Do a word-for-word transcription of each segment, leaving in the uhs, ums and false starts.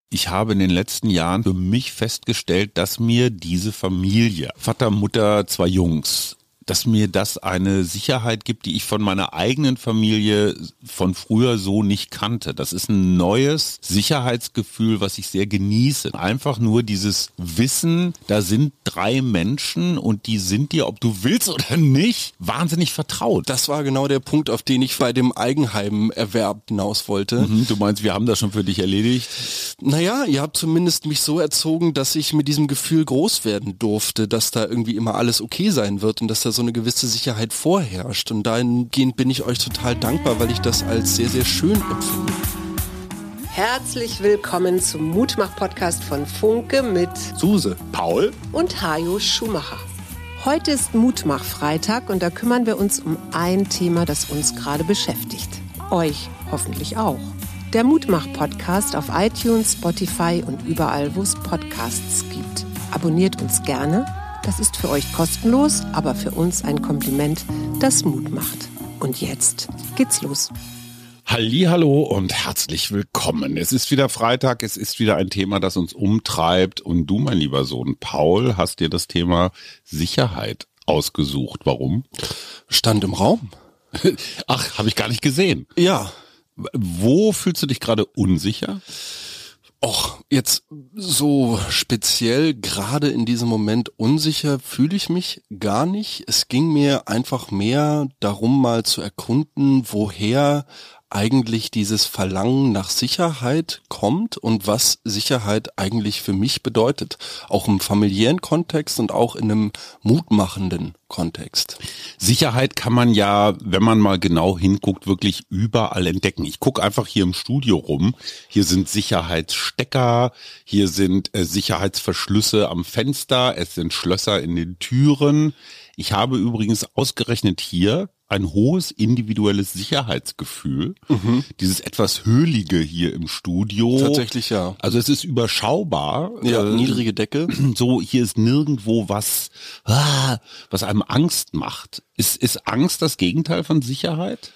Ich habe in den letzten Jahren für mich festgestellt, dass mir diese Familie, Vater, Mutter, zwei Jungs, dass mir das eine Sicherheit gibt, die ich von meiner eigenen Familie von früher so nicht kannte. Das ist ein neues Sicherheitsgefühl, was ich sehr genieße. Einfach nur dieses Wissen, da sind drei Menschen und die sind dir, ob du willst oder nicht, wahnsinnig vertraut. Das war genau der Punkt, auf den ich bei dem Eigenheimerwerb hinaus wollte. Mhm, du meinst, wir haben das schon für dich erledigt? Naja, ihr habt zumindest mich so erzogen, dass ich mit diesem Gefühl groß werden durfte, dass da irgendwie immer alles okay sein wird und dass da so eine gewisse Sicherheit vorherrscht. Und dahingehend bin ich euch total dankbar, weil ich das als sehr, sehr schön empfinde. Herzlich willkommen zum Mutmach-Podcast von Funke mit Suse, Paul und Hajo Schumacher. Heute ist Mutmach-Freitag und da kümmern wir uns um ein Thema, das uns gerade beschäftigt. Euch hoffentlich auch. Der Mutmach-Podcast auf iTunes, Spotify und überall, wo es Podcasts gibt. Abonniert uns gerne. Das ist für euch kostenlos, aber für uns ein Kompliment, das Mut macht. Und jetzt geht's los. Hallihallo und herzlich willkommen. Es ist wieder Freitag, es ist wieder ein Thema, das uns umtreibt. Und du, mein lieber Sohn Paul, hast dir das Thema Sicherheit ausgesucht. Warum? Stand im Raum. Ach, habe ich gar nicht gesehen. Ja. Wo fühlst du dich gerade unsicher? Och, jetzt so speziell gerade in diesem Moment unsicher fühle ich mich gar nicht. Es ging mir einfach mehr darum, mal zu erkunden, woher eigentlich dieses Verlangen nach Sicherheit kommt und was Sicherheit eigentlich für mich bedeutet. Auch im familiären Kontext und auch in einem mutmachenden Kontext. Sicherheit kann man ja, wenn man mal genau hinguckt, wirklich überall entdecken. Ich gucke einfach hier im Studio rum. Hier sind Sicherheitsstecker, hier sind äh, Sicherheitsverschlüsse am Fenster, es sind Schlösser in den Türen. Ich habe übrigens ausgerechnet hier ein hohes individuelles Sicherheitsgefühl. Mhm. Dieses etwas Höhlige hier im Studio. Tatsächlich, ja. Also es ist überschaubar. Ja, äh, niedrige Decke. So, hier ist nirgendwo was, ah, was einem Angst macht. Ist, ist Angst das Gegenteil von Sicherheit?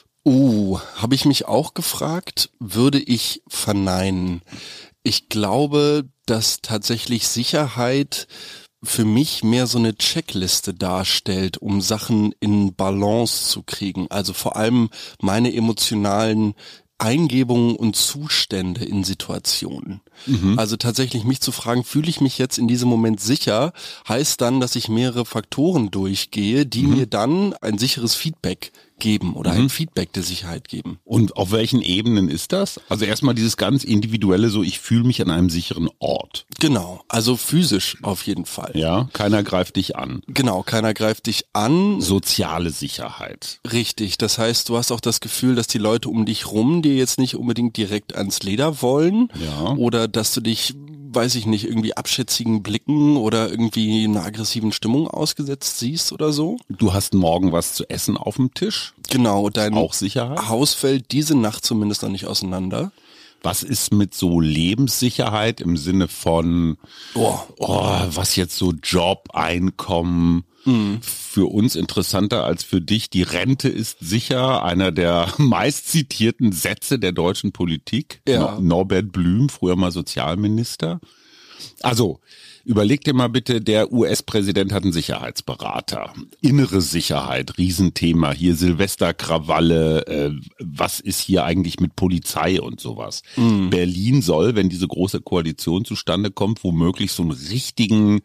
Uh, habe ich mich auch gefragt, würde ich verneinen. Ich glaube, dass tatsächlich Sicherheit für mich mehr so eine Checkliste darstellt, um Sachen in Balance zu kriegen. Also vor allem meine emotionalen Eingebungen und Zustände in Situationen. Mhm. Also tatsächlich mich zu fragen, fühle ich mich jetzt in diesem Moment sicher, heißt dann, dass ich mehrere Faktoren durchgehe, die mhm. mir dann ein sicheres Feedback geben oder mhm. ein Feedback der Sicherheit geben. Und auf welchen Ebenen ist das? Also erstmal dieses ganz individuelle, so ich fühle mich an einem sicheren Ort. Genau, also physisch auf jeden Fall. Ja, keiner greift dich an. Genau, keiner greift dich an. Soziale Sicherheit. Richtig, das heißt, du hast auch das Gefühl, dass die Leute um dich rum dir jetzt nicht unbedingt direkt ans Leder wollen. Ja. Oder dass du dich, weiß ich nicht, irgendwie abschätzigen Blicken oder irgendwie einer aggressiven Stimmung ausgesetzt siehst oder so. Du hast morgen was zu essen auf dem Tisch. Genau, dein auch Sicherheit? Haus fällt diese Nacht zumindest noch nicht auseinander. Was ist mit so Lebenssicherheit im Sinne von, oh, oh was jetzt so Job, Einkommen, mhm. für uns interessanter als für dich, die Rente ist sicher, einer der meistzitierten Sätze der deutschen Politik. Ja. Norbert Blüm, früher mal Sozialminister. Also, überleg dir mal bitte, der U S-Präsident hat einen Sicherheitsberater. Innere Sicherheit, Riesenthema. Hier Silvesterkrawalle, äh, was ist hier eigentlich mit Polizei und sowas. Mhm. Berlin soll, wenn diese große Koalition zustande kommt, womöglich so einen richtigen,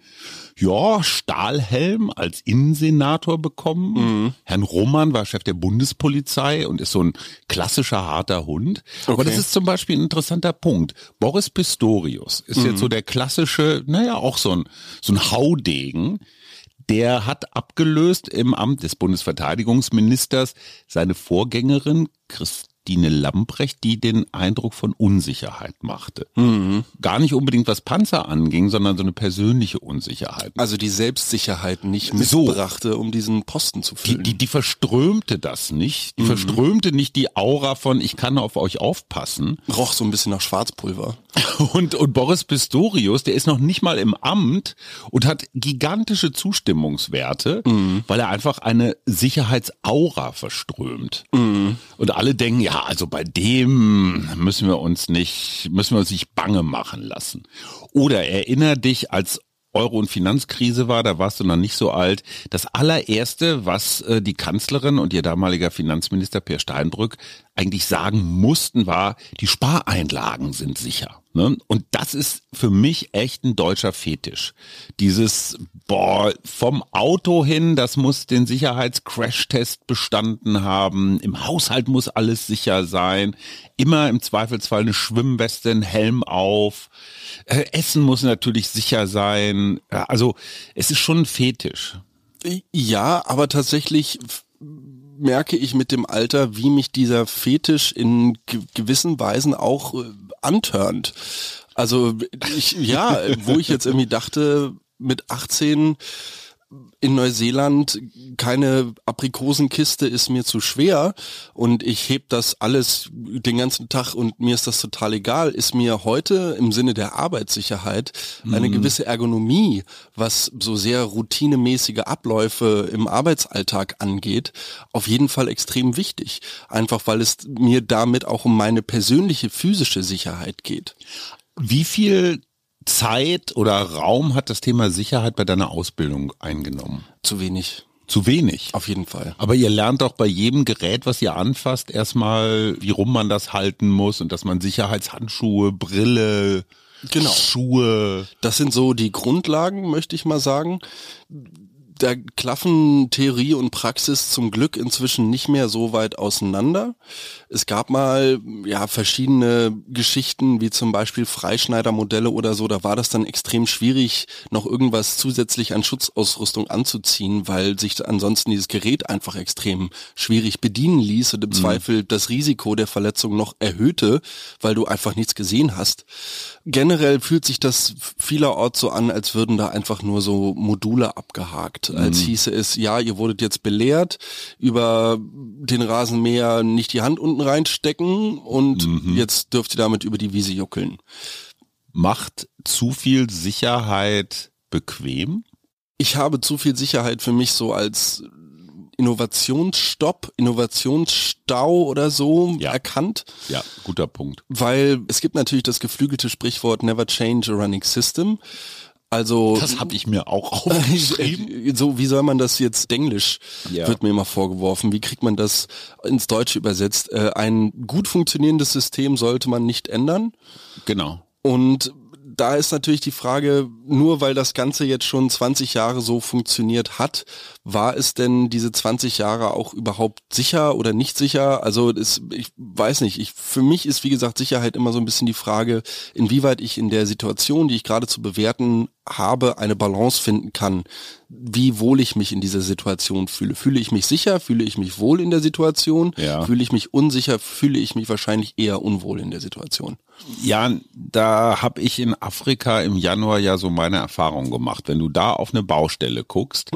ja, Stahlhelm als Innensenator bekommen. Mhm. Herrn Roman war Chef der Bundespolizei und ist so ein klassischer harter Hund. Okay. Aber das ist zum Beispiel ein interessanter Punkt. Boris Pistorius ist mhm. jetzt so der klassische, naja, auch so ein, so ein Haudegen. Der hat abgelöst im Amt des Bundesverteidigungsministers seine Vorgängerin Christine Lambrecht, die den Eindruck von Unsicherheit machte. Mhm. Gar nicht unbedingt was Panzer anging, sondern so eine persönliche Unsicherheit. Also die Selbstsicherheit nicht mitbrachte, so, um diesen Posten zu füllen. Die, die, die verströmte das nicht. Die mhm. verströmte nicht die Aura von, ich kann auf euch aufpassen. Roch so ein bisschen nach Schwarzpulver. Und, und Boris Pistorius, der ist noch nicht mal im Amt und hat gigantische Zustimmungswerte, mhm. weil er einfach eine Sicherheitsaura verströmt. Mhm. Und alle denken, ja, also bei dem müssen wir uns nicht, müssen wir uns nicht bange machen lassen. Oder erinner dich, als Euro- und Finanzkrise war, da warst du noch nicht so alt. Das allererste, was äh, die Kanzlerin und ihr damaliger Finanzminister Peer Steinbrück eigentlich sagen mussten, war, die Spareinlagen sind sicher. Ne? Und das ist für mich echt ein deutscher Fetisch. Dieses, boah, vom Auto hin, das muss den Sicherheitscrashtest bestanden haben. Im Haushalt muss alles sicher sein. Immer im Zweifelsfall eine Schwimmweste, ein Helm auf. Äh, Essen muss natürlich sicher sein. Also es ist schon ein Fetisch. Ja, aber tatsächlich merke ich mit dem Alter, wie mich dieser Fetisch in ge- gewissen Weisen auch äh, antörnt. Also ich, ja, wo ich jetzt irgendwie dachte, mit achtzehn in Neuseeland, keine Aprikosenkiste ist mir zu schwer und ich heb das alles den ganzen Tag und mir ist das total egal, ist mir heute im Sinne der Arbeitssicherheit eine gewisse Ergonomie, was so sehr routinemäßige Abläufe im Arbeitsalltag angeht, auf jeden Fall extrem wichtig. Einfach weil es mir damit auch um meine persönliche physische Sicherheit geht. Wie viel Zeit oder Raum hat das Thema Sicherheit bei deiner Ausbildung eingenommen? Zu wenig. Zu wenig? Auf jeden Fall. Aber ihr lernt doch bei jedem Gerät, was ihr anfasst, erstmal, wie rum man das halten muss und dass man Sicherheitshandschuhe, Brille, genau. Schuhe... Das sind so die Grundlagen, möchte ich mal sagen. Da klaffen Theorie und Praxis zum Glück inzwischen nicht mehr so weit auseinander. Es gab mal ja verschiedene Geschichten, wie zum Beispiel Freischneidermodelle oder so, da war das dann extrem schwierig, noch irgendwas zusätzlich an Schutzausrüstung anzuziehen, weil sich ansonsten dieses Gerät einfach extrem schwierig bedienen ließ und im mhm. Zweifel das Risiko der Verletzung noch erhöhte, weil du einfach nichts gesehen hast. Generell fühlt sich das vielerorts so an, als würden da einfach nur so Module abgehakt. Als hieße es, ja, ihr wurdet jetzt belehrt, über den Rasenmäher nicht die Hand unten reinstecken und mhm. jetzt dürft ihr damit über die Wiese juckeln. Macht zu viel Sicherheit bequem? Ich habe zu viel Sicherheit für mich so als Innovationsstopp, Innovationsstau oder so ja. erkannt. Ja, guter Punkt. Weil es gibt natürlich das geflügelte Sprichwort Never change a running system. Also das habe ich mir auch aufgeschrieben. So, wie soll man das jetzt Denglisch, ja. wird mir immer vorgeworfen. Wie kriegt man das ins Deutsche übersetzt? Äh, ein gut funktionierendes System sollte man nicht ändern. Genau. Und da ist natürlich die Frage, nur weil das Ganze jetzt schon zwanzig Jahre so funktioniert hat, war es denn diese zwanzig Jahre auch überhaupt sicher oder nicht sicher? Also das, ich weiß nicht, ich, für mich ist wie gesagt Sicherheit immer so ein bisschen die Frage, inwieweit ich in der Situation, die ich gerade zu bewerten habe, eine Balance finden kann, wie wohl ich mich in dieser Situation fühle. Fühle ich mich sicher? Fühle ich mich wohl in der Situation? Ja. Fühle ich mich unsicher? Fühle ich mich wahrscheinlich eher unwohl in der Situation? Ja, da habe ich in Afrika im Januar ja so meine Erfahrung gemacht. Wenn du da auf eine Baustelle guckst,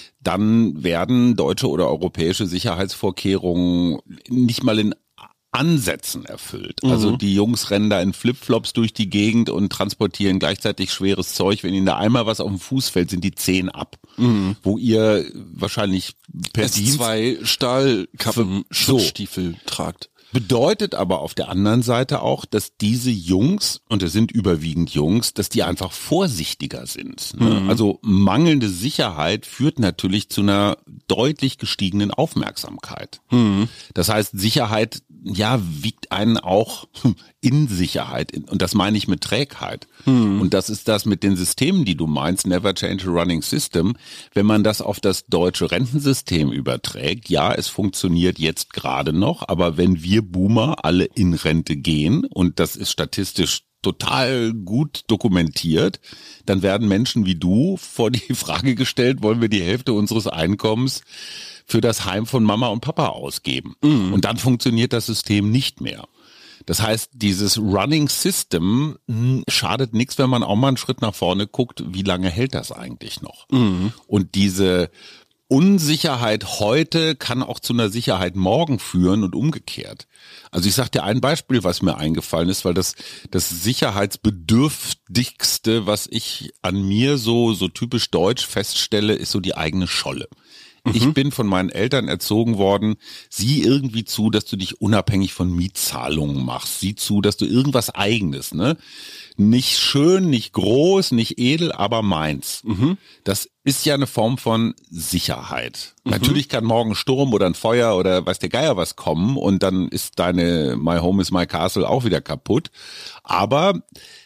dann werden deutsche oder europäische Sicherheitsvorkehrungen nicht mal in Ansätzen erfüllt. Mhm. Also die Jungs rennen da in Flipflops durch die Gegend und transportieren gleichzeitig schweres Zeug. Wenn ihnen da einmal was auf den Fuß fällt, sind die Zehen ab. Mhm. Wo ihr wahrscheinlich per Dienst zwei Stahlkappen Schutzstiefel so tragt. Bedeutet aber auf der anderen Seite auch, dass diese Jungs, und es sind überwiegend Jungs, dass die einfach vorsichtiger sind. Ne? Mhm. Also mangelnde Sicherheit führt natürlich zu einer deutlich gestiegenen Aufmerksamkeit. Mhm. Das heißt, Sicherheit, ja, wiegt einen auch in Sicherheit. Und das meine ich mit Trägheit. Mhm. Und das ist das mit den Systemen, die du meinst, never change a running system. Wenn man das auf das deutsche Rentensystem überträgt, ja, es funktioniert jetzt gerade noch, aber wenn wir Boomer alle in Rente gehen, und das ist statistisch total gut dokumentiert, dann werden Menschen wie du vor die Frage gestellt, wollen wir die Hälfte unseres Einkommens für das Heim von Mama und Papa ausgeben? Mhm. Und dann funktioniert das System nicht mehr. Das heißt, dieses Running System mh, schadet nichts, wenn man auch mal einen Schritt nach vorne guckt, wie lange hält das eigentlich noch? Mhm. Und diese Unsicherheit heute kann auch zu einer Sicherheit morgen führen und umgekehrt. Also ich sag dir ein Beispiel, was mir eingefallen ist, weil das das sicherheitsbedürftigste, was ich an mir so so typisch deutsch feststelle, ist so die eigene Scholle. Ich bin von meinen Eltern erzogen worden, sieh irgendwie zu, dass du dich unabhängig von Mietzahlungen machst. Sieh zu, dass du irgendwas Eigenes, ne? Nicht schön, nicht groß, nicht edel, aber meins. Mhm. Das ist ja eine Form von Sicherheit. Mhm. Natürlich kann morgen Sturm oder ein Feuer oder weiß der Geier was kommen und dann ist deine My Home is my Castle auch wieder kaputt. Aber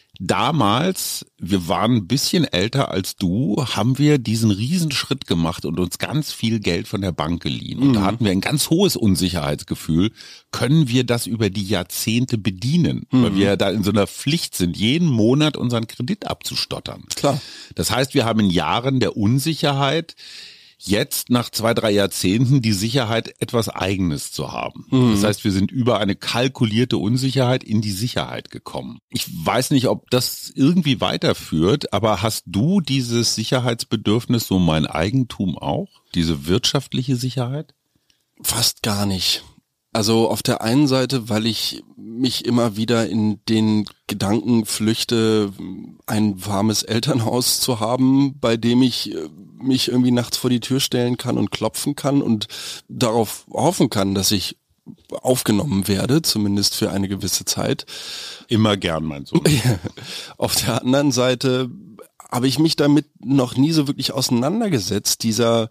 damals, wir waren ein bisschen älter als du, haben wir diesen Riesenschritt gemacht und uns ganz viel Geld von der Bank geliehen. Und mhm. da hatten wir ein ganz hohes Unsicherheitsgefühl. Können wir das über die Jahrzehnte bedienen? Mhm. Weil wir da in so einer Pflicht sind, jeden Monat unseren Kredit abzustottern. Klar. Das heißt, wir haben in Jahren der Unsicherheit jetzt nach zwei, drei Jahrzehnten die Sicherheit, etwas Eigenes zu haben. Mhm. Das heißt, wir sind über eine kalkulierte Unsicherheit in die Sicherheit gekommen. Ich weiß nicht, ob das irgendwie weiterführt, aber hast du dieses Sicherheitsbedürfnis, so mein Eigentum auch? Diese wirtschaftliche Sicherheit? Fast gar nicht. Also auf der einen Seite, weil ich mich immer wieder in den Gedanken flüchte, ein warmes Elternhaus zu haben, bei dem ich mich irgendwie nachts vor die Tür stellen kann und klopfen kann und darauf hoffen kann, dass ich aufgenommen werde, zumindest für eine gewisse Zeit. Immer gern, mein Sohn. Auf der anderen Seite habe ich mich damit noch nie so wirklich auseinandergesetzt, dieser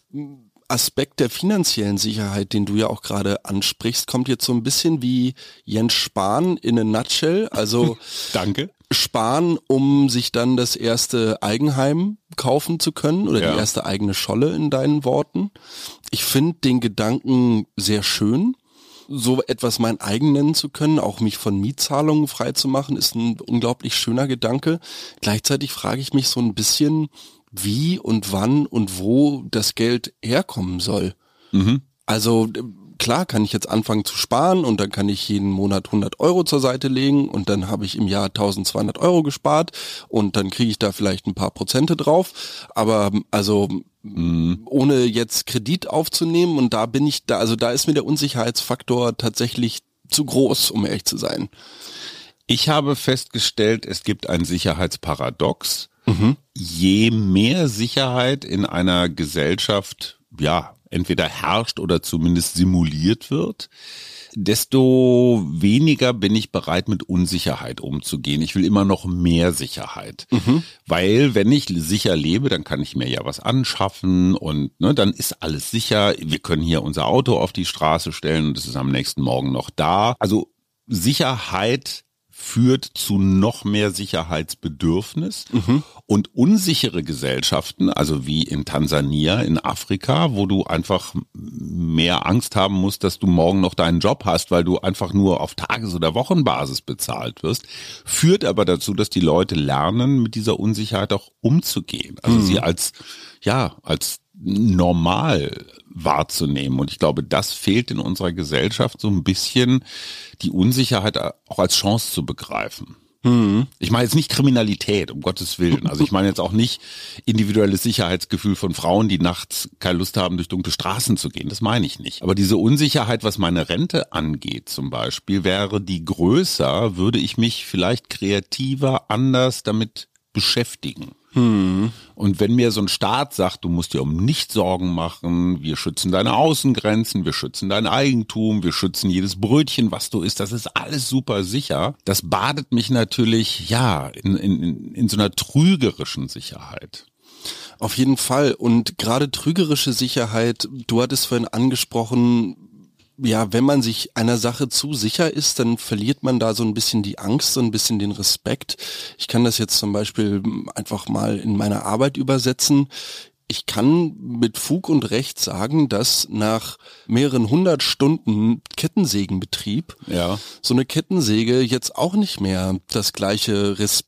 Aspekt der finanziellen Sicherheit, den du ja auch gerade ansprichst, kommt jetzt so ein bisschen wie Jens Spahn in a nutshell. Also danke. Sparen, um sich dann das erste Eigenheim kaufen zu können oder ja. die erste eigene Scholle in deinen Worten. Ich finde den Gedanken sehr schön. So etwas mein eigen nennen zu können, auch mich von Mietzahlungen frei zu machen, ist ein unglaublich schöner Gedanke. Gleichzeitig frage ich mich so ein bisschen, wie und wann und wo das Geld herkommen soll. Mhm. Also klar kann ich jetzt anfangen zu sparen und dann kann ich jeden Monat hundert Euro zur Seite legen und dann habe ich im Jahr eintausendzweihundert Euro gespart und dann kriege ich da vielleicht ein paar Prozente drauf. Aber also mhm. ohne jetzt Kredit aufzunehmen und da bin ich da, also da ist mir der Unsicherheitsfaktor tatsächlich zu groß, um ehrlich zu sein. Ich habe festgestellt, es gibt ein Sicherheitsparadox. Mhm. Je mehr Sicherheit in einer Gesellschaft, ja, entweder herrscht oder zumindest simuliert wird, desto weniger bin ich bereit, mit Unsicherheit umzugehen. Ich will immer noch mehr Sicherheit. Mhm. Weil wenn ich sicher lebe, dann kann ich mir ja was anschaffen und ne, dann ist alles sicher. Wir können hier unser Auto auf die Straße stellen und es ist am nächsten Morgen noch da. Also Sicherheit führt zu noch mehr Sicherheitsbedürfnis mhm. und unsichere Gesellschaften, also wie in Tansania, in Afrika, wo du einfach mehr Angst haben musst, dass du morgen noch deinen Job hast, weil du einfach nur auf Tages- oder Wochenbasis bezahlt wirst, führt aber dazu, dass die Leute lernen, mit dieser Unsicherheit auch umzugehen. Also mhm. sie als, ja, als normal wahrzunehmen. Und ich glaube, das fehlt in unserer Gesellschaft so ein bisschen, die Unsicherheit auch als Chance zu begreifen. Mhm. Ich meine jetzt nicht Kriminalität, um Gottes Willen. Also ich meine jetzt auch nicht individuelles Sicherheitsgefühl von Frauen, die nachts keine Lust haben, durch dunkle Straßen zu gehen. Das meine ich nicht. Aber diese Unsicherheit, was meine Rente angeht zum Beispiel, wäre die größer, würde ich mich vielleicht kreativer, anders damit beschäftigen. Hm. Und wenn mir so ein Staat sagt, du musst dir um nichts Sorgen machen, wir schützen deine Außengrenzen, wir schützen dein Eigentum, wir schützen jedes Brötchen, was du isst, das ist alles super sicher. Das badet mich natürlich, ja, in, in, in so einer trügerischen Sicherheit. Auf jeden Fall. Und gerade trügerische Sicherheit, du hattest vorhin angesprochen, ja, wenn man sich einer Sache zu sicher ist, dann verliert man da so ein bisschen die Angst, so ein bisschen den Respekt. Ich kann das jetzt zum Beispiel einfach mal in meiner Arbeit übersetzen. Ich kann mit Fug und Recht sagen, dass nach mehreren hundert Stunden Kettensägenbetrieb ja. so eine Kettensäge jetzt auch nicht mehr das gleiche Respekt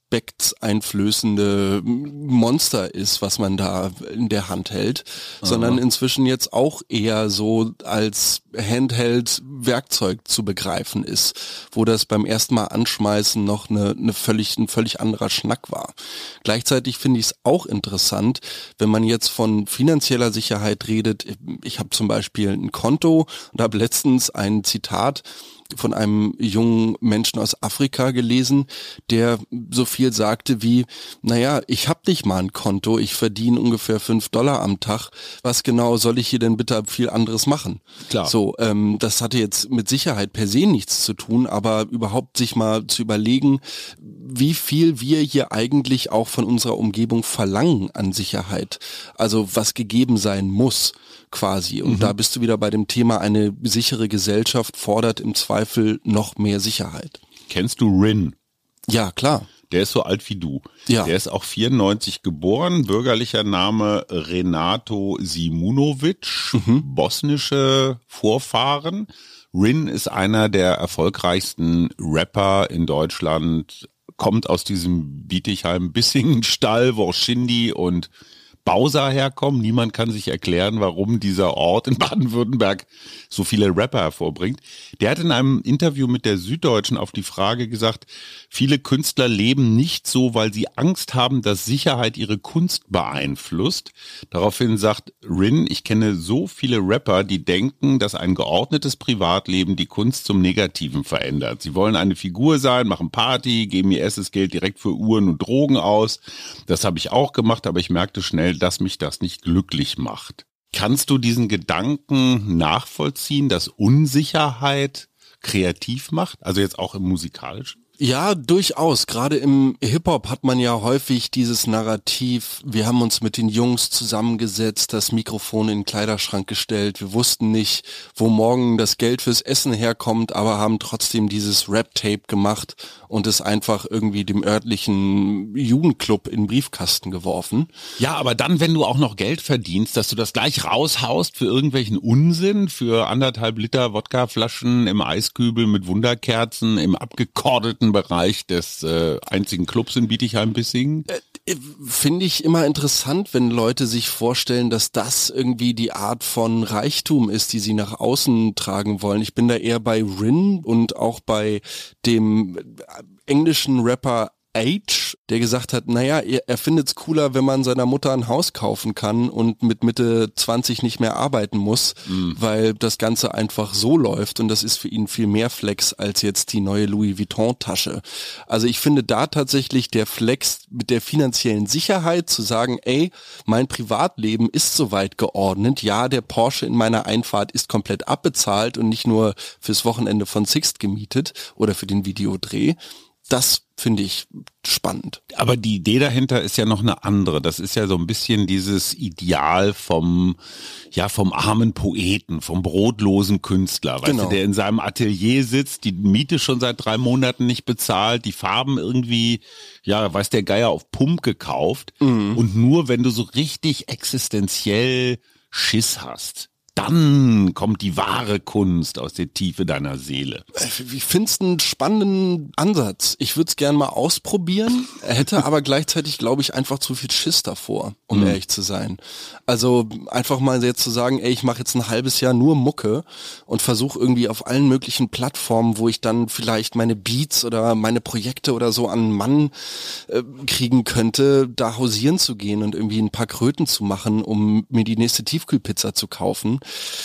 respektseinflößende Monster ist, was man da in der Hand hält, Aha. sondern inzwischen jetzt auch eher so als Handheld-Werkzeug zu begreifen ist, wo das beim ersten Mal anschmeißen noch eine, eine völlig, ein völlig anderer Schnack war. Gleichzeitig finde ich es auch interessant, wenn man jetzt von finanzieller Sicherheit redet. Ich habe zum Beispiel ein Konto und habe letztens ein Zitat von einem jungen Menschen aus Afrika gelesen, der so viel sagte wie, naja, ich hab nicht mal ein Konto, ich verdiene ungefähr fünf Dollar am Tag, was genau soll ich hier denn bitte viel anderes machen? Klar. So, ähm, das hatte jetzt mit Sicherheit per se nichts zu tun, aber überhaupt sich mal zu überlegen, wie viel wir hier eigentlich auch von unserer Umgebung verlangen an Sicherheit, also was gegeben sein muss quasi. Und mhm. da bist du wieder bei dem Thema, eine sichere Gesellschaft fordert im Zweifel noch mehr Sicherheit. Kennst du Rin? Ja, klar. Der ist so alt wie du. Ja. Der ist auch vierundneunzig geboren, bürgerlicher Name Renato Simunovic, mhm. bosnische Vorfahren. Rin ist einer der erfolgreichsten Rapper in Deutschland, kommt aus diesem Bietigheim-Bissingen-Stall, wo Shindy und Bowser herkommen. Niemand kann sich erklären, warum dieser Ort in Baden-Württemberg so viele Rapper hervorbringt. Der hat in einem Interview mit der Süddeutschen auf die Frage gesagt, viele Künstler leben nicht so, weil sie Angst haben, dass Sicherheit ihre Kunst beeinflusst. Daraufhin sagt Rin, ich kenne so viele Rapper, die denken, dass ein geordnetes Privatleben die Kunst zum Negativen verändert. Sie wollen eine Figur sein, machen Party, geben ihr erstes Geld direkt für Uhren und Drogen aus. Das habe ich auch gemacht, aber ich merkte schnell, dass mich das nicht glücklich macht. Kannst du diesen Gedanken nachvollziehen, dass Unsicherheit kreativ macht? Also jetzt auch im Musikalischen? Ja, durchaus. Gerade im Hip-Hop hat man ja häufig dieses Narrativ, wir haben uns mit den Jungs zusammengesetzt, das Mikrofon in den Kleiderschrank gestellt, wir wussten nicht, wo morgen das Geld fürs Essen herkommt, aber haben trotzdem dieses Rap-Tape gemacht und es einfach irgendwie dem örtlichen Jugendclub in den Briefkasten geworfen. Ja, aber dann, wenn du auch noch Geld verdienst, dass du das gleich raushaust für irgendwelchen Unsinn, für anderthalb Liter Wodkaflaschen im Eiskübel mit Wunderkerzen im abgekordeten Bereich des äh, einzigen Clubs in Bietigheim-Bissingen? Äh, finde ich immer interessant, wenn Leute sich vorstellen, dass das irgendwie die Art von Reichtum ist, die sie nach außen tragen wollen. Ich bin da eher bei Rin und auch bei dem englischen Rapper Age, der gesagt hat, naja, er, er findet es cooler, wenn man seiner Mutter ein Haus kaufen kann und mit Mitte zwanzig nicht mehr arbeiten muss, mhm. weil das Ganze einfach so läuft und das ist für ihn viel mehr Flex als jetzt die neue Louis Vuitton-Tasche. Also ich finde da tatsächlich der Flex mit der finanziellen Sicherheit zu sagen, ey, mein Privatleben ist soweit geordnet, ja, der Porsche in meiner Einfahrt ist komplett abbezahlt und nicht nur fürs Wochenende von Sixt gemietet oder für den Videodreh. Das finde ich spannend. Aber die Idee dahinter ist ja noch eine andere. Das ist ja so ein bisschen dieses Ideal vom, ja, vom armen Poeten, vom brotlosen Künstler, weißt genau. du, der in seinem Atelier sitzt, die Miete schon seit drei Monaten nicht bezahlt, die Farben irgendwie, ja, weiß der Geier, auf Pump gekauft. Mhm. Und nur wenn du so richtig existenziell Schiss hast, dann kommt die wahre Kunst aus der Tiefe deiner Seele. Ich finde es einen spannenden Ansatz. Ich würde es gerne mal ausprobieren, hätte aber gleichzeitig, glaube ich, einfach zu viel Schiss davor, um mhm. ehrlich zu sein. Also einfach mal jetzt zu sagen, ey, ich mache jetzt ein halbes Jahr nur Mucke und versuche irgendwie auf allen möglichen Plattformen, wo ich dann vielleicht meine Beats oder meine Projekte oder so an einen Mann äh, kriegen könnte, da hausieren zu gehen und irgendwie ein paar Kröten zu machen, um mir die nächste Tiefkühlpizza zu kaufen.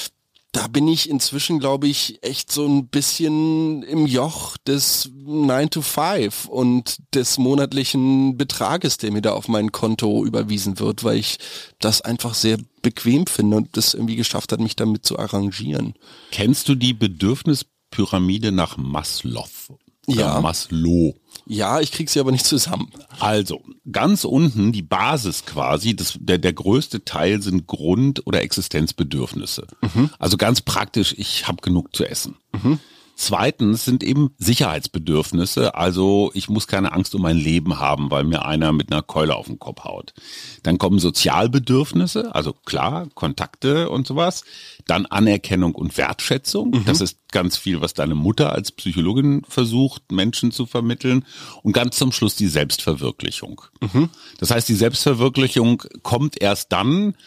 Da bin ich inzwischen, glaube ich, echt so ein bisschen im Joch des nine to five und des monatlichen Betrages, der mir da auf mein Konto überwiesen wird, weil ich das einfach sehr bequem finde und das irgendwie geschafft hat, mich damit zu arrangieren. Kennst du die Bedürfnispyramide nach Maslow? Oder ja. Maslow. Ja, ich krieg sie aber nicht zusammen. Also, ganz unten, die Basis quasi, das, der, der größte Teil sind Grund- oder Existenzbedürfnisse. Mhm. Also ganz praktisch, ich habe genug zu essen. Mhm. Zweitens sind eben Sicherheitsbedürfnisse, also ich muss keine Angst um mein Leben haben, weil mir einer mit einer Keule auf den Kopf haut. Dann kommen Sozialbedürfnisse, also klar, Kontakte und sowas. Dann Anerkennung und Wertschätzung. Mhm. Das ist ganz viel, was deine Mutter als Psychologin versucht, Menschen zu vermitteln. Und ganz zum Schluss die Selbstverwirklichung. Mhm. Das heißt, die Selbstverwirklichung kommt erst dann,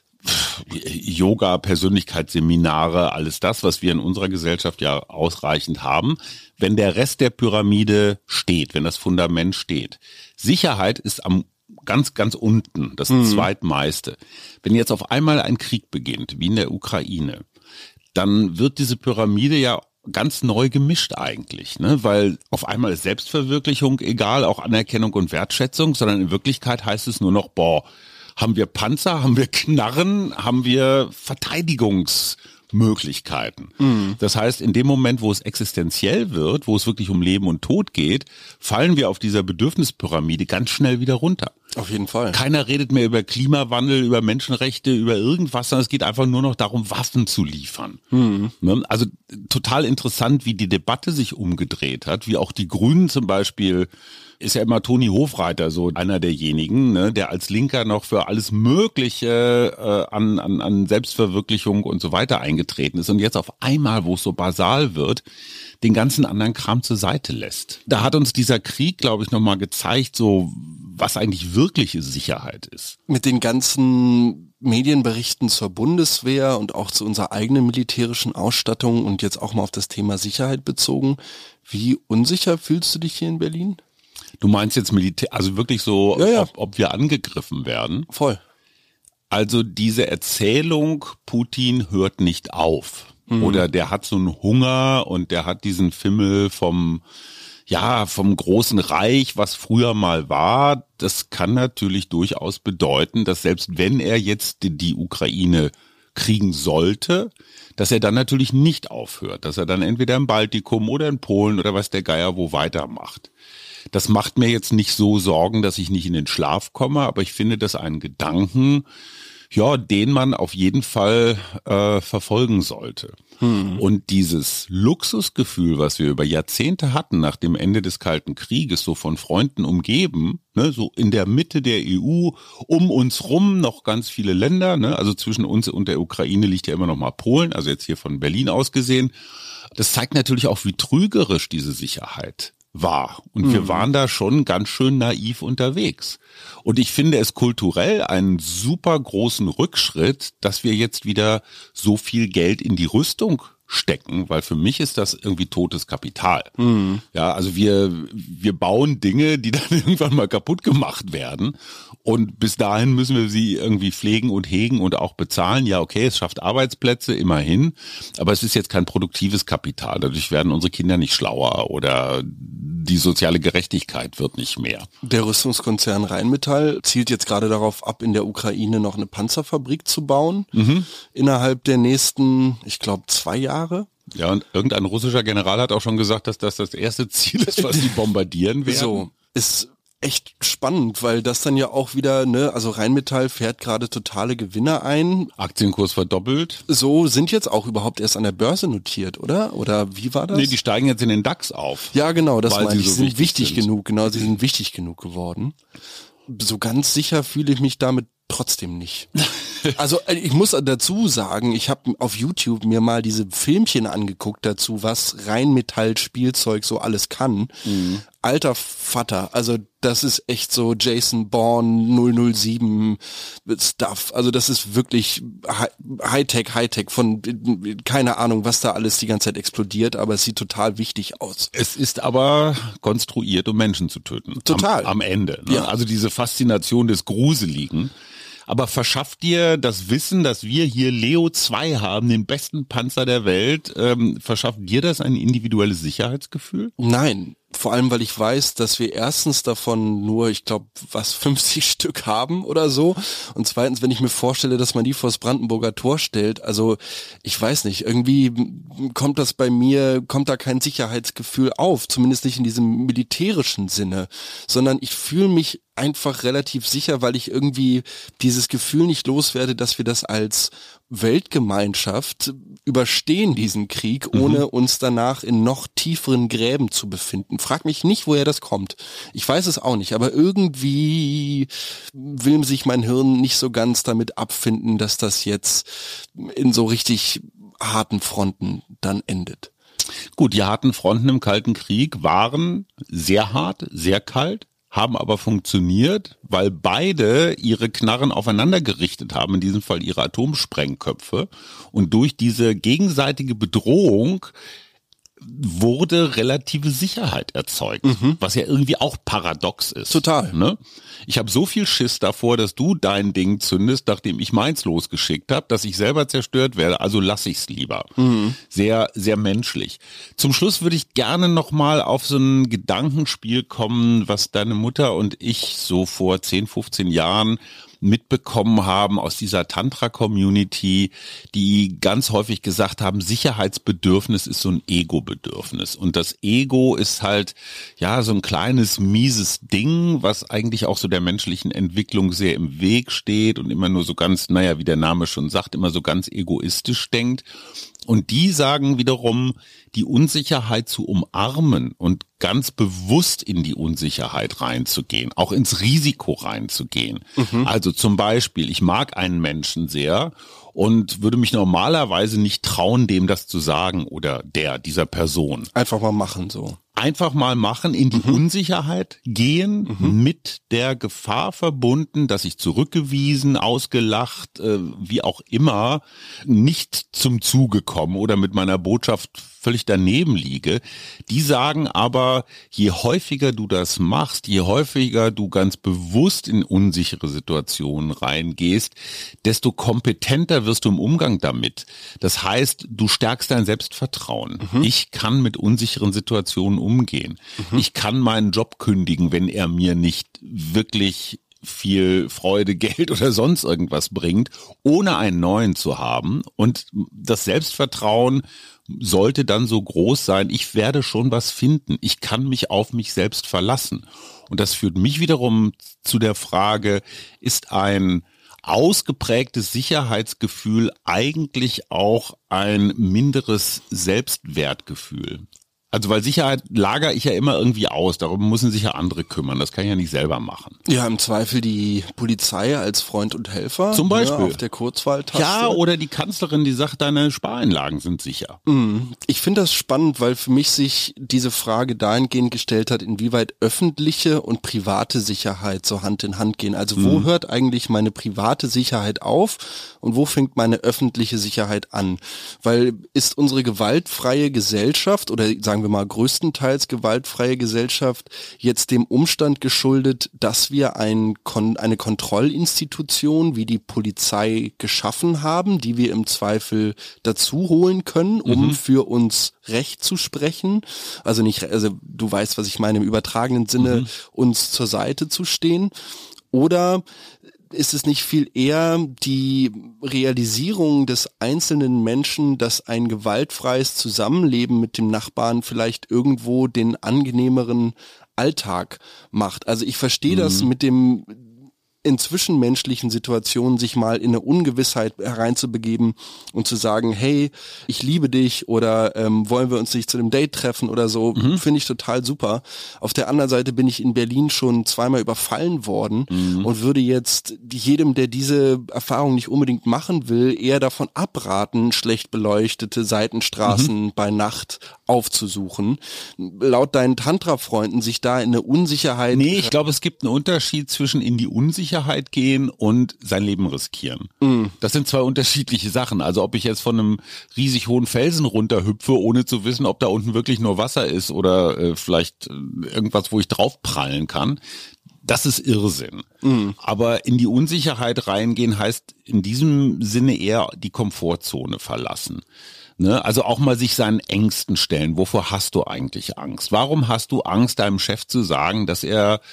Yoga, Persönlichkeitsseminare, alles das, was wir in unserer Gesellschaft ja ausreichend haben, wenn der Rest der Pyramide steht, wenn das Fundament steht. Sicherheit ist am ganz, ganz unten, das mhm. zweitmeiste. Wenn jetzt auf einmal ein Krieg beginnt, wie in der Ukraine, dann wird diese Pyramide ja ganz neu gemischt eigentlich, ne? Weil auf einmal ist Selbstverwirklichung egal, auch Anerkennung und Wertschätzung, sondern in Wirklichkeit heißt es nur noch, boah, haben wir Panzer, haben wir Knarren, haben wir Verteidigungsmöglichkeiten. Mhm. Das heißt, in dem Moment, wo es existenziell wird, wo es wirklich um Leben und Tod geht, fallen wir auf dieser Bedürfnispyramide ganz schnell wieder runter. Auf jeden Fall. Keiner redet mehr über Klimawandel, über Menschenrechte, über irgendwas, sondern es geht einfach nur noch darum, Waffen zu liefern. Mhm. Also total interessant, wie die Debatte sich umgedreht hat, wie auch die Grünen zum Beispiel, ist ja immer Toni Hofreiter so einer derjenigen, ne, der als Linker noch für alles Mögliche äh, an, an, an Selbstverwirklichung und so weiter eingetreten ist und jetzt auf einmal, wo es so basal wird, den ganzen anderen Kram zur Seite lässt. Da hat uns dieser Krieg, glaube ich, nochmal gezeigt, so was eigentlich wirkliche Sicherheit ist. Mit den ganzen Medienberichten zur Bundeswehr und auch zu unserer eigenen militärischen Ausstattung und jetzt auch mal auf das Thema Sicherheit bezogen, wie unsicher fühlst du dich hier in Berlin? Du meinst jetzt Militär, also wirklich so, ja, ja. Ob, ob wir angegriffen werden? Voll. Also diese Erzählung, Putin hört nicht auf. Mhm. Oder der hat so einen Hunger und der hat diesen Fimmel vom, ja, vom großen Reich, was früher mal war. Das kann natürlich durchaus bedeuten, dass selbst wenn er jetzt die, die Ukraine kriegen sollte, dass er dann natürlich nicht aufhört. Dass er dann entweder im Baltikum oder in Polen oder weiß der Geier wo weitermacht. Das macht mir jetzt nicht so Sorgen, dass ich nicht in den Schlaf komme, aber ich finde das einen Gedanken, ja, den man auf jeden Fall äh, verfolgen sollte. Hm. Und dieses Luxusgefühl, was wir über Jahrzehnte hatten nach dem Ende des Kalten Krieges, so von Freunden umgeben, ne, so in der Mitte der E U, um uns rum noch ganz viele Länder, ne, also zwischen uns und der Ukraine liegt ja immer noch mal Polen, also jetzt hier von Berlin aus gesehen. Das zeigt natürlich auch, wie trügerisch diese Sicherheit war. Und mhm. wir waren da schon ganz schön naiv unterwegs. Und ich finde es kulturell einen super großen Rückschritt, dass wir jetzt wieder so viel Geld in die Rüstung stecken, weil für mich ist das irgendwie totes Kapital. Mhm. Ja, also wir wir bauen Dinge, die dann irgendwann mal kaputt gemacht werden und bis dahin müssen wir sie irgendwie pflegen und hegen und auch bezahlen. Ja, okay, es schafft Arbeitsplätze, immerhin, aber es ist jetzt kein produktives Kapital. Dadurch werden unsere Kinder nicht schlauer oder die soziale Gerechtigkeit wird nicht mehr. Der Rüstungskonzern Rheinmetall zielt jetzt gerade darauf ab, in der Ukraine noch eine Panzerfabrik zu bauen. Mhm. Innerhalb der nächsten, ich glaube, zwei Jahre. Ja, und irgendein russischer General hat auch schon gesagt, dass das das erste Ziel ist, was sie bombardieren werden. So, ist echt spannend, weil das dann ja auch wieder, ne, also Rheinmetall fährt gerade totale Gewinne ein. Aktienkurs verdoppelt. So, sind jetzt auch überhaupt erst an der Börse notiert, oder? Oder wie war das? Nee, die steigen jetzt in den DAX auf. Ja, genau, das meine ich. Sie so sind wichtig sind. genug, genau, sie sind wichtig genug geworden. So ganz sicher fühle ich mich damit trotzdem nicht. Also ich muss dazu sagen, ich habe auf YouTube mir mal diese Filmchen angeguckt dazu, was Rheinmetall-Spielzeug so alles kann. Mhm. Alter Vater, also das ist echt so Jason Bourne null null sieben Stuff. Also das ist wirklich Hightech, Hightech von keine Ahnung, was da alles die ganze Zeit explodiert, aber es sieht total wichtig aus. Es ist aber konstruiert, um Menschen zu töten. Total. Am, am Ende. Ne? Ja. Also diese Faszination des Gruseligen. Aber verschafft dir das Wissen, dass wir hier Leo zwei haben, den besten Panzer der Welt, ähm, verschafft dir das ein individuelles Sicherheitsgefühl? Nein, vor allem, weil ich weiß, dass wir erstens davon nur, ich glaube, was fünfzig Stück haben oder so. Und zweitens, wenn ich mir vorstelle, dass man die vors Brandenburger Tor stellt, also ich weiß nicht, irgendwie kommt das bei mir, kommt da kein Sicherheitsgefühl auf, zumindest nicht in diesem militärischen Sinne, sondern ich fühle mich einfach relativ sicher, weil ich irgendwie dieses Gefühl nicht loswerde, dass wir das als Weltgemeinschaft überstehen, diesen Krieg, ohne mhm. uns danach in noch tieferen Gräben zu befinden. Frag mich nicht, woher das kommt. Ich weiß es auch nicht, aber irgendwie will sich mein Hirn nicht so ganz damit abfinden, dass das jetzt in so richtig harten Fronten dann endet. Gut, die harten Fronten im Kalten Krieg waren sehr hart, sehr kalt, haben aber funktioniert, weil beide ihre Knarren aufeinander gerichtet haben, in diesem Fall ihre Atomsprengköpfe. Und durch diese gegenseitige Bedrohung wurde relative Sicherheit erzeugt, mhm. was ja irgendwie auch paradox ist. Total. Ne? Ich habe so viel Schiss davor, dass du dein Ding zündest, nachdem ich meins losgeschickt habe, dass ich selber zerstört werde, also lass ich's lieber. Mhm. Sehr, sehr menschlich. Zum Schluss würde ich gerne nochmal auf so ein Gedankenspiel kommen, was deine Mutter und ich so vor zehn, fünfzehn Jahren mitbekommen haben aus dieser Tantra-Community, die ganz häufig gesagt haben, Sicherheitsbedürfnis ist so ein Ego-Bedürfnis. Und das Ego ist halt, ja, so ein kleines, mieses Ding, was eigentlich auch so der menschlichen Entwicklung sehr im Weg steht und immer nur so ganz, naja, wie der Name schon sagt, immer so ganz egoistisch denkt. Und die sagen wiederum, die Unsicherheit zu umarmen und ganz bewusst in die Unsicherheit reinzugehen, auch ins Risiko reinzugehen. Mhm. Also zum Beispiel, ich mag einen Menschen sehr und würde mich normalerweise nicht trauen, dem das zu sagen oder der, dieser Person. Einfach mal machen so. Einfach mal machen, in die mhm. Unsicherheit gehen, mhm. mit der Gefahr verbunden, dass ich zurückgewiesen, ausgelacht, äh, wie auch immer, nicht zum Zuge komme oder mit meiner Botschaft völlig daneben liege. Die sagen aber, je häufiger du das machst, je häufiger du ganz bewusst in unsichere Situationen reingehst, desto kompetenter wirst du im Umgang damit. Das heißt, du stärkst dein Selbstvertrauen. Mhm. Ich kann mit unsicheren Situationen umgehen. Mhm. Ich kann meinen Job kündigen, wenn er mir nicht wirklich viel Freude, Geld oder sonst irgendwas bringt, ohne einen neuen zu haben. Und das Selbstvertrauen sollte dann so groß sein, ich werde schon was finden. Ich kann mich auf mich selbst verlassen. Und das führt mich wiederum zu der Frage, ist ein ausgeprägtes Sicherheitsgefühl eigentlich auch ein minderes Selbstwertgefühl? Also weil Sicherheit lagere ich ja immer irgendwie aus, darum müssen sich ja andere kümmern, das kann ich ja nicht selber machen. Ja, im Zweifel die Polizei als Freund und Helfer. Zum Beispiel. Ja, auf der Kurzwahltaste. Ja, oder die Kanzlerin, die sagt, deine Spareinlagen sind sicher. Ich finde das spannend, weil für mich sich diese Frage dahingehend gestellt hat, inwieweit öffentliche und private Sicherheit so Hand in Hand gehen. Also wo mhm. hört eigentlich meine private Sicherheit auf und wo fängt meine öffentliche Sicherheit an? Weil ist unsere gewaltfreie Gesellschaft oder sagen wir mal größtenteils gewaltfreie Gesellschaft jetzt dem Umstand geschuldet, dass wir ein Kon- eine Kontrollinstitution wie die Polizei geschaffen haben, die wir im Zweifel dazu holen können, um mhm. für uns Recht zu sprechen. Also nicht, also du weißt, was ich meine, im übertragenen Sinne, mhm. uns zur Seite zu stehen. Oder ist es nicht viel eher die Realisierung des einzelnen Menschen, dass ein gewaltfreies Zusammenleben mit dem Nachbarn vielleicht irgendwo den angenehmeren Alltag macht? Also ich verstehe mhm. das mit dem in zwischenmenschlichen Situationen sich mal in eine Ungewissheit hereinzubegeben und zu sagen, hey, ich liebe dich oder ähm, wollen wir uns nicht zu einem Date treffen oder so, mhm. finde ich total super. Auf der anderen Seite bin ich in Berlin schon zweimal überfallen worden mhm. und würde jetzt jedem, der diese Erfahrung nicht unbedingt machen will, eher davon abraten, schlecht beleuchtete Seitenstraßen mhm. bei Nacht aufzusuchen. Laut deinen Tantra-Freunden sich da in eine Unsicherheit... Nee, ich glaube, es gibt einen Unterschied zwischen in die Unsicherheit gehen und sein Leben riskieren. Mm. Das sind zwei unterschiedliche Sachen. Also ob ich jetzt von einem riesig hohen Felsen runterhüpfe, ohne zu wissen, ob da unten wirklich nur Wasser ist oder äh, vielleicht äh, irgendwas, wo ich draufprallen kann, das ist Irrsinn. Mm. Aber in die Unsicherheit reingehen heißt in diesem Sinne eher die Komfortzone verlassen. Ne? Also auch mal sich seinen Ängsten stellen. Wovor hast du eigentlich Angst? Warum hast du Angst, deinem Chef zu sagen, dass er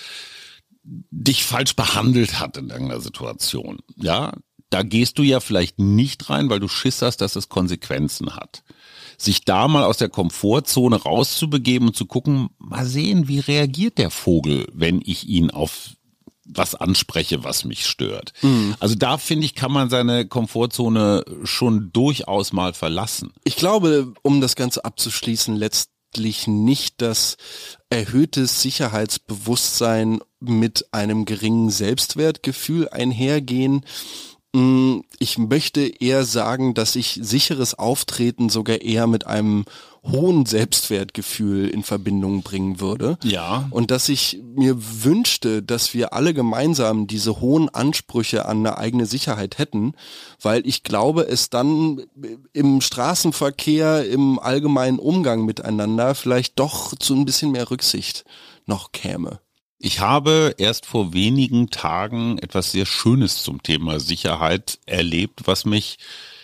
dich falsch behandelt hat in irgendeiner Situation? Ja, da gehst du ja vielleicht nicht rein, weil du Schiss hast, dass es Konsequenzen hat. Sich da mal aus der Komfortzone rauszubegeben und zu gucken, mal sehen, wie reagiert der Vogel, wenn ich ihn auf was anspreche, was mich stört. Mhm. Also da finde ich, kann man seine Komfortzone schon durchaus mal verlassen. Ich glaube, um das Ganze abzuschließen, letztlich nicht das erhöhtes Sicherheitsbewusstsein mit einem geringen Selbstwertgefühl einhergehen. Ich möchte eher sagen, dass ich sicheres Auftreten sogar eher mit einem hohen Selbstwertgefühl in Verbindung bringen würde. Ja. Und dass ich mir wünschte, dass wir alle gemeinsam diese hohen Ansprüche an eine eigene Sicherheit hätten, weil ich glaube, es dann im Straßenverkehr, im allgemeinen Umgang miteinander vielleicht doch zu ein bisschen mehr Rücksicht noch käme. Ich habe erst vor wenigen Tagen etwas sehr Schönes zum Thema Sicherheit erlebt, was mich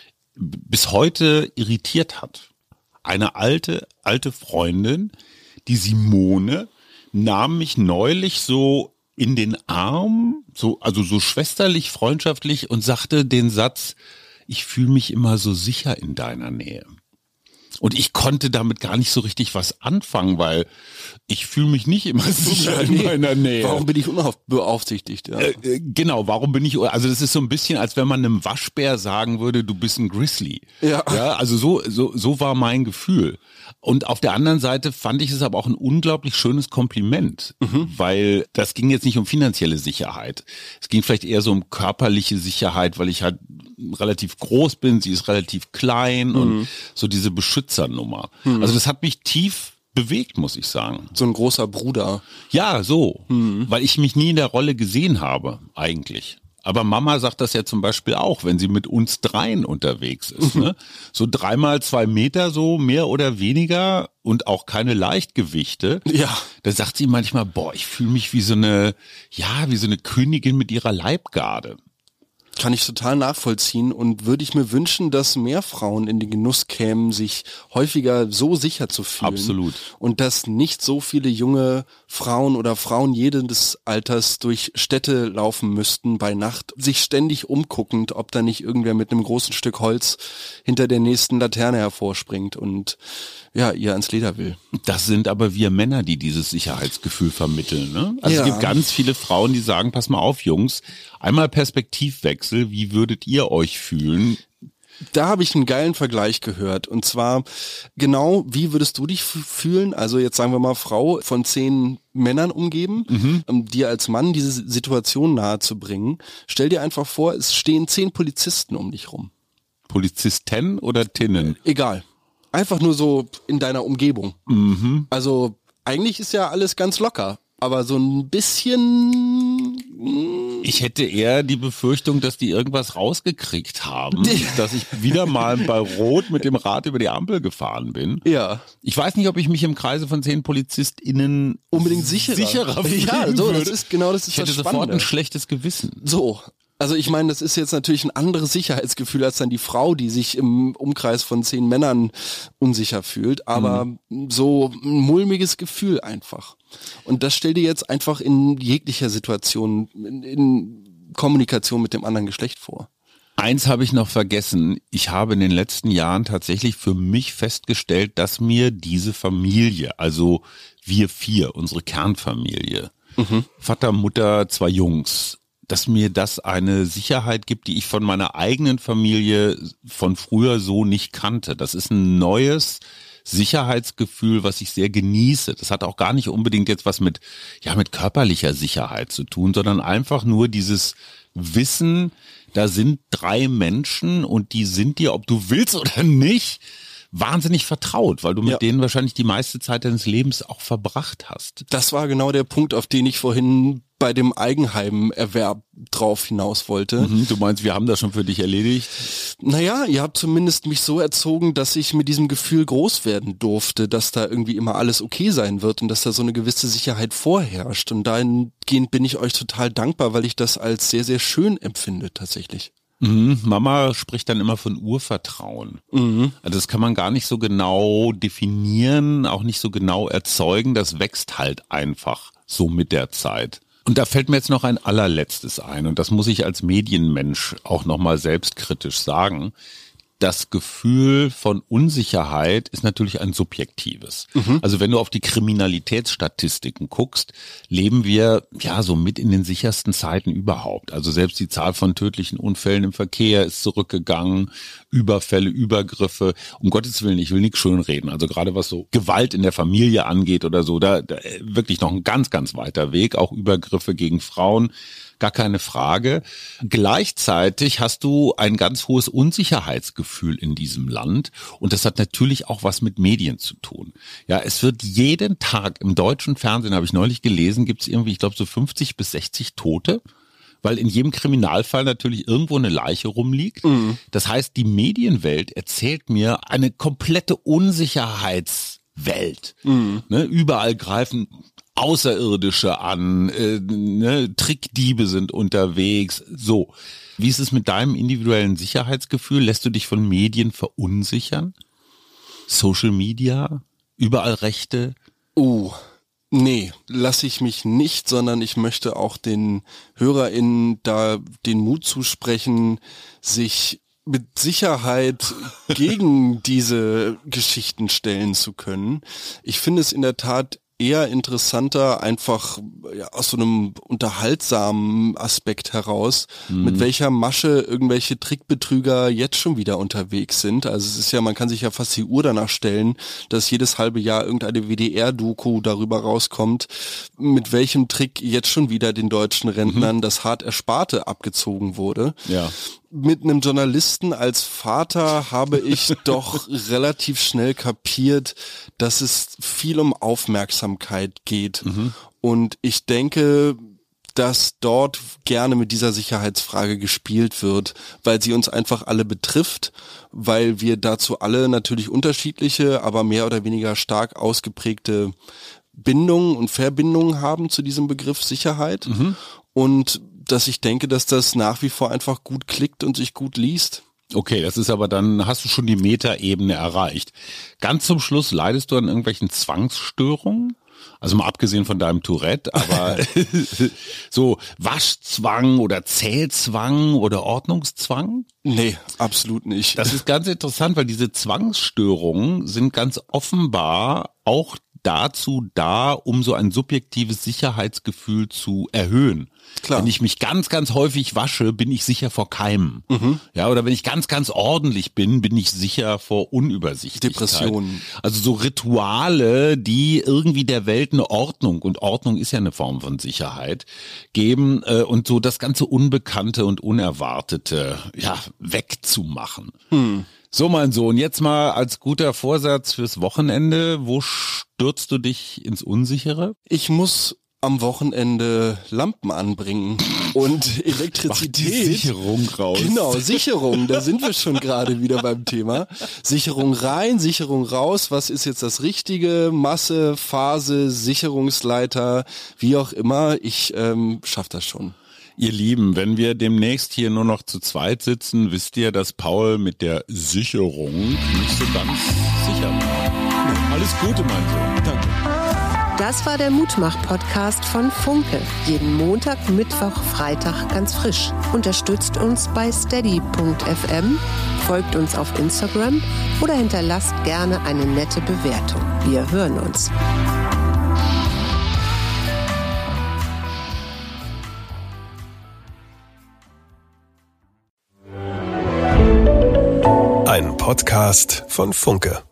bis heute irritiert hat. Eine alte, alte Freundin, die Simone, nahm mich neulich so in den Arm, so, also so schwesterlich, freundschaftlich und sagte den Satz, ich fühle mich immer so sicher in deiner Nähe. Und ich konnte damit gar nicht so richtig was anfangen, weil ich fühle mich nicht immer sicher in meiner Nähe. Warum bin ich unbeaufsichtigt? Ja. Äh, genau, warum bin ich, also das ist so ein bisschen, als wenn man einem Waschbär sagen würde, du bist ein Grizzly. Ja. Ja, also so, so, so war mein Gefühl. Und auf der anderen Seite fand ich es aber auch ein unglaublich schönes Kompliment, mhm. weil das ging jetzt nicht um finanzielle Sicherheit. Es ging vielleicht eher so um körperliche Sicherheit, weil ich halt relativ groß bin, sie ist relativ klein mhm. und so diese Beschützernummer. Mhm. Also das hat mich tief bewegt, muss ich sagen. So ein großer Bruder. Ja, so, mhm. weil ich mich nie in der Rolle gesehen habe, eigentlich. Aber Mama sagt das ja zum Beispiel auch, wenn sie mit uns dreien unterwegs ist. Ne? So dreimal zwei Meter, so mehr oder weniger und auch keine Leichtgewichte. Ja. Da sagt sie manchmal, boah, ich fühle mich wie so eine, ja, wie so eine Königin mit ihrer Leibgarde. Kann ich total nachvollziehen und würde ich mir wünschen, dass mehr Frauen in den Genuss kämen, sich häufiger so sicher zu fühlen. Absolut. Und dass nicht so viele junge Frauen oder Frauen jedes Alters durch Städte laufen müssten bei Nacht, sich ständig umguckend, ob da nicht irgendwer mit einem großen Stück Holz hinter der nächsten Laterne hervorspringt und ja, ihr ans Leder will. Das sind aber wir Männer, die dieses Sicherheitsgefühl vermitteln. Ne? Also ja. Es gibt ganz viele Frauen, die sagen, pass mal auf, Jungs, einmal Perspektivwechsel, wie würdet ihr euch fühlen? Da habe ich einen geilen Vergleich gehört. Und zwar genau, wie würdest du dich fühlen? Also jetzt sagen wir mal Frau von zehn Männern umgeben, mhm. um dir als Mann diese Situation nahe zu bringen. Stell dir einfach vor, es stehen zehn Polizisten um dich rum. Polizisten oder Tinnen? Egal. Einfach nur so in deiner Umgebung. Mhm. Also eigentlich ist ja alles ganz locker, aber so ein bisschen... Ich hätte eher die Befürchtung, dass die irgendwas rausgekriegt haben, dass ich wieder mal bei Rot mit dem Rad über die Ampel gefahren bin. Ja. Ich weiß nicht, ob ich mich im Kreise von zehn PolizistInnen unbedingt sicherer, sicherer fühlen ja, so, würde. Das ist genau das ist ich hätte das sofort Spannende. ein schlechtes Gewissen. So. Also ich meine, das ist jetzt natürlich ein anderes Sicherheitsgefühl als dann die Frau, die sich im Umkreis von zehn Männern unsicher fühlt, aber mhm. so ein mulmiges Gefühl einfach. Und das stell dir jetzt einfach in jeglicher Situation, in, in Kommunikation mit dem anderen Geschlecht vor. Eins habe ich noch vergessen. Ich habe in den letzten Jahren tatsächlich für mich festgestellt, dass mir diese Familie, also wir vier, unsere Kernfamilie, mhm. Vater, Mutter, zwei Jungs, dass mir das eine Sicherheit gibt, die ich von meiner eigenen Familie von früher so nicht kannte. Das ist ein neues Sicherheitsgefühl, was ich sehr genieße. Das hat auch gar nicht unbedingt jetzt was mit, ja, mit körperlicher Sicherheit zu tun, sondern einfach nur dieses Wissen, da sind drei Menschen und die sind dir, ob du willst oder nicht, wahnsinnig vertraut, weil du mit ja. denen wahrscheinlich die meiste Zeit deines Lebens auch verbracht hast. Das war genau der Punkt, auf den ich vorhin bei dem Eigenheimerwerb drauf hinaus wollte. Mhm, du meinst, wir haben das schon für dich erledigt? Naja, ihr habt zumindest mich so erzogen, dass ich mit diesem Gefühl groß werden durfte, dass da irgendwie immer alles okay sein wird und dass da so eine gewisse Sicherheit vorherrscht. Und dahingehend bin ich euch total dankbar, weil ich das als sehr, sehr schön empfinde tatsächlich. Mhm, Mama spricht dann immer von Urvertrauen. Mhm. Also das kann man gar nicht so genau definieren, auch nicht so genau erzeugen. Das wächst halt einfach so mit der Zeit. Und da fällt mir jetzt noch ein allerletztes ein und das muss ich als Medienmensch auch nochmal selbstkritisch sagen. das Gefühl von Unsicherheit ist natürlich ein subjektives. Mhm. Also wenn du auf die Kriminalitätsstatistiken guckst, leben wir ja so mit in den sichersten Zeiten überhaupt. Also selbst die Zahl von tödlichen Unfällen im Verkehr ist zurückgegangen, Überfälle, Übergriffe. Um Gottes Willen, ich will nichts schönreden. Also gerade was so Gewalt in der Familie angeht oder so, da, da wirklich noch ein ganz, ganz weiter Weg. Auch Übergriffe gegen Frauen. Gar keine Frage. Gleichzeitig hast du ein ganz hohes Unsicherheitsgefühl in diesem Land und das hat natürlich auch was mit Medien zu tun. Ja, es wird jeden Tag im deutschen Fernsehen, habe ich neulich gelesen, gibt es irgendwie, ich glaube so fünfzig bis sechzig Tote, weil in jedem Kriminalfall natürlich irgendwo eine Leiche rumliegt. Mhm. Das heißt, die Medienwelt erzählt mir eine komplette Unsicherheitswelt. Mhm. Ne, überall greifen Außerirdische an, äh, ne, Trickdiebe sind unterwegs, so. Wie ist es mit deinem individuellen Sicherheitsgefühl? Lässt du dich von Medien verunsichern? Social Media? Überall Rechte? Oh, nee, lasse ich mich nicht, sondern ich möchte auch den HörerInnen da den Mut zusprechen, sich mit Sicherheit gegen diese Geschichten stellen zu können. Ich finde es in der Tat eher interessanter, einfach ja, aus so einem unterhaltsamen Aspekt heraus, mhm. mit welcher Masche irgendwelche Trickbetrüger jetzt schon wieder unterwegs sind. Also es ist ja, man kann sich ja fast die Uhr danach stellen, dass jedes halbe Jahr irgendeine W D R-Doku darüber rauskommt, mit welchem Trick jetzt schon wieder den deutschen Rentnern mhm. das hart Ersparte abgezogen wurde. Ja. Mit einem Journalisten als Vater habe ich doch relativ schnell kapiert, dass es viel um Aufmerksamkeit geht. Mhm. Und ich denke, dass dort gerne mit dieser Sicherheitsfrage gespielt wird, weil sie uns einfach alle betrifft, weil wir dazu alle natürlich unterschiedliche, aber mehr oder weniger stark ausgeprägte Bindungen und Verbindungen haben zu diesem Begriff Sicherheit. Mhm. Und dass ich denke, dass das nach wie vor einfach gut klickt und sich gut liest. Okay, das ist aber dann, hast du schon die Metaebene erreicht. Ganz zum Schluss leidest du an irgendwelchen Zwangsstörungen? Also mal abgesehen von deinem Tourette, aber so Waschzwang oder Zählzwang oder Ordnungszwang? Nee, absolut nicht. Das ist ganz interessant, weil diese Zwangsstörungen sind ganz offenbar auch dazu da, um so ein subjektives Sicherheitsgefühl zu erhöhen. Klar. Wenn ich mich ganz, ganz häufig wasche, bin ich sicher vor Keimen. Mhm. Ja, oder wenn ich ganz, ganz ordentlich bin, bin ich sicher vor Unübersichtlichkeit. Depressionen. Also so Rituale, die irgendwie der Welt eine Ordnung, und Ordnung ist ja eine Form von Sicherheit, geben äh, und so das ganze Unbekannte und Unerwartete, ja, wegzumachen. Hm. So, mein Sohn, jetzt mal als guter Vorsatz fürs Wochenende, wo stürzt du dich ins Unsichere? Ich muss am Wochenende Lampen anbringen und Elektrizität. Mach die Sicherung raus. Genau, Sicherung, da sind wir schon gerade wieder beim Thema. Sicherung rein, Sicherung raus, was ist jetzt das Richtige? Masse, Phase, Sicherungsleiter, wie auch immer, ich ähm, schaff das schon. Ihr Lieben, wenn wir demnächst hier nur noch zu zweit sitzen, wisst ihr, dass Paul mit der Sicherung nicht so ganz sicher war. Alles Gute, mein Sohn. Danke. Das war der Mutmach-Podcast von Funke. Jeden Montag, Mittwoch, Freitag ganz frisch. Unterstützt uns bei steady punkt f m, folgt uns auf Instagram oder hinterlasst gerne eine nette Bewertung. Wir hören uns. Ein Podcast von Funke.